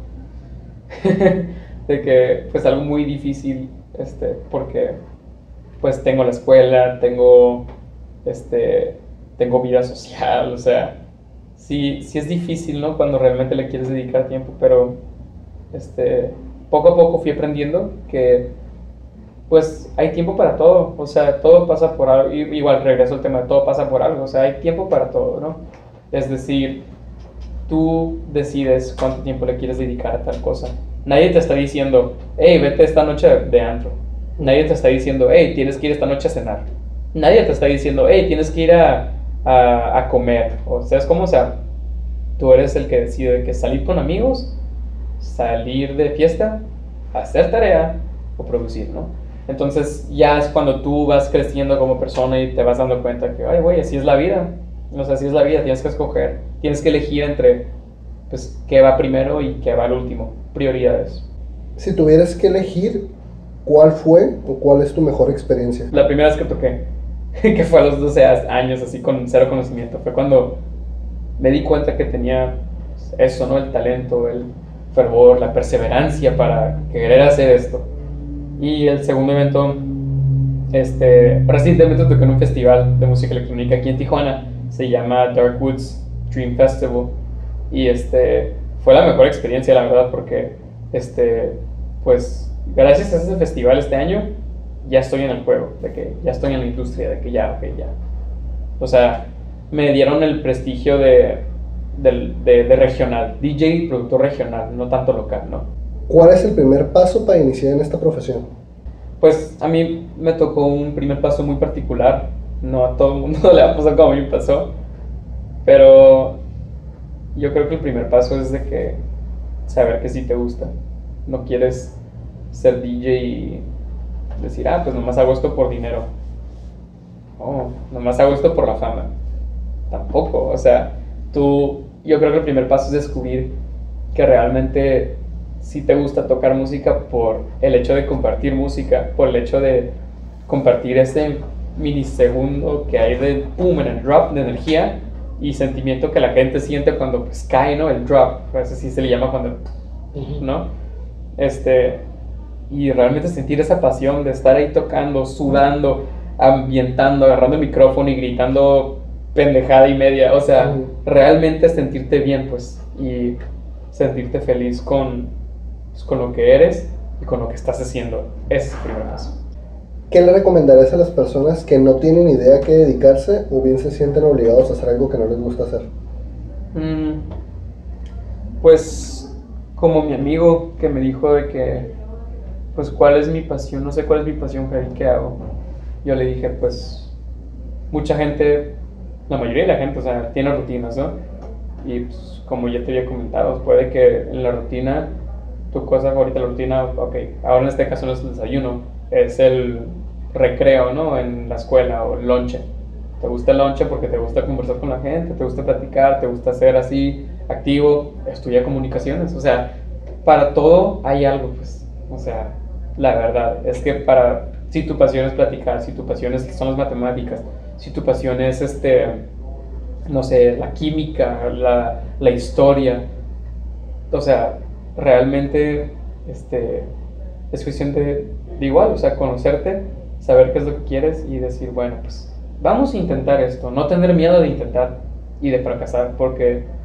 de que pues algo muy difícil, este, porque pues tengo la escuela, tengo este, tengo vida social, o sea, sí, sí es difícil, ¿no? Cuando realmente le quieres dedicar tiempo, pero este, poco a poco fui aprendiendo que pues hay tiempo para todo, o sea, todo pasa por algo, igual regreso al tema, todo pasa por algo, o sea, hay tiempo para todo, ¿no? Es decir, tú decides cuánto tiempo le quieres dedicar a tal cosa. Nadie te está diciendo, hey, vete esta noche de antro. Nadie te está diciendo, hey, tienes que ir esta noche a cenar. Nadie te está diciendo, hey, tienes que ir a, a, a comer. O sea, es como, o sea, tú eres el que decide que salir con amigos, salir de fiesta, hacer tarea o producir, ¿no? Entonces ya es cuando tú vas creciendo como persona y te vas dando cuenta que, ay, güey, así es la vida. O sea, así es la vida, tienes que escoger, tienes que elegir entre, pues, qué va primero y qué va al último, prioridades. Si tuvieras que elegir, ¿cuál fue o cuál es tu mejor experiencia? La primera vez que toqué, que fue a los doce años, así con cero conocimiento, fue cuando me di cuenta que tenía eso, ¿no? El talento, el fervor, la perseverancia para querer hacer esto. Y el segundo evento, este, recientemente toqué en un festival de música electrónica aquí en Tijuana, se llama Dark Woods Dream Festival, y este, fue la mejor experiencia, la verdad, porque este, pues gracias a ese festival este año ya estoy en el juego, de que ya estoy en la industria, de que ya, ok, ya. O sea, me dieron el prestigio de, de, de, de regional, D J y productor regional, no tanto local, ¿no? ¿Cuál es el primer paso para iniciar en esta profesión? Pues a mí me tocó un primer paso muy particular, no a todo el mundo le va a pasar como a mí me pasó, pero yo creo que el primer paso es de que saber que sí te gusta, no quieres ser D J y decir, ah, pues nomás hago esto por dinero, oh, nomás hago esto por la fama, tampoco, o sea, tú, yo creo que el primer paso es descubrir que realmente sí te gusta tocar música por el hecho de compartir música, por el hecho de compartir ese milisegundo que hay de boom en el drop de energía y sentimiento que la gente siente cuando pues cae, ¿no? El drop, pues así se le llama cuando, ¿no? Este, y realmente sentir esa pasión de estar ahí tocando, sudando, ambientando, agarrando el micrófono y gritando pendejada y media, o sea, uh-huh. Realmente sentirte bien, pues, y sentirte feliz con, pues, con lo que eres y con lo que estás haciendo. Ese es el primer paso. ¿Qué le recomendarías a las personas que no tienen idea a qué dedicarse o bien se sienten obligados a hacer algo que no les gusta hacer? Mm, pues como mi amigo que me dijo de que pues cuál es mi pasión, no sé cuál es mi pasión, Javi, ¿qué hago? Yo le dije, pues mucha gente, la mayoría de la gente, o sea, tiene rutinas, ¿no? Y pues como ya te había comentado, puede que en la rutina, tu cosa favorita de la rutina, ok, ahora en este caso no es el desayuno, es el recreo, ¿no? En la escuela o el lonche. Te gusta el lonche porque te gusta conversar con la gente, te gusta platicar, te gusta ser así activo, estudia comunicaciones, o sea, para todo hay algo, pues, o sea, la verdad es que para, si tu pasión es platicar, si tu pasión es, son las matemáticas, si tu pasión es, este, no sé, la química, la, la historia, o sea, realmente, este, es cuestión de, de igual, o sea, conocerte, saber qué es lo que quieres y decir, bueno, pues, vamos a intentar esto, no tener miedo de intentar y de fracasar, porque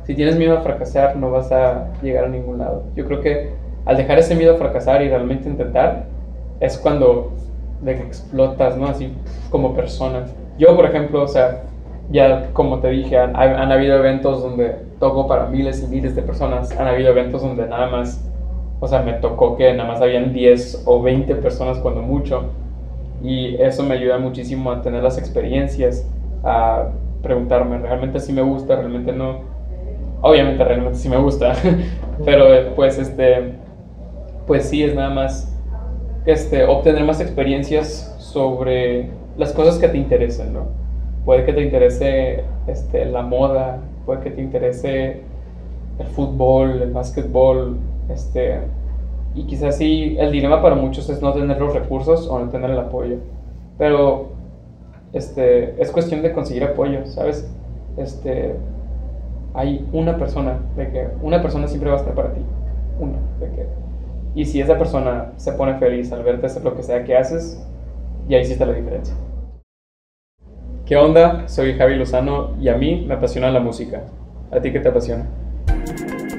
Si tienes miedo a fracasar, no vas a llegar a ningún lado. Yo creo que al dejar ese miedo a fracasar y realmente intentar, es cuando de que explotas, ¿no? Así como persona. Yo, por ejemplo, o sea, ya como te dije, han, han habido eventos donde toco para miles y miles de personas. Han habido eventos donde nada más, o sea, me tocó que nada más habían diez o veinte personas cuando mucho. Y eso me ayuda muchísimo a tener las experiencias, a preguntarme, ¿realmente sí me gusta? ¿Realmente no? Obviamente realmente sí me gusta, pero pues este, pues sí, es nada más este, obtener más experiencias sobre las cosas que te interesen, ¿no? Puede que te interese este, la moda, puede que te interese el fútbol, el básquetbol, este, y quizás sí, el dilema para muchos es no tener los recursos o no tener el apoyo, pero este, es cuestión de conseguir apoyo, ¿sabes? Este, hay una persona, de que una persona siempre va a estar para ti, una, de que, y si esa persona se pone feliz al verte hacer lo que sea que haces, ya hiciste la diferencia. ¿Qué onda? Soy Javi Lozano y a mí me apasiona la música. ¿A ti qué te apasiona?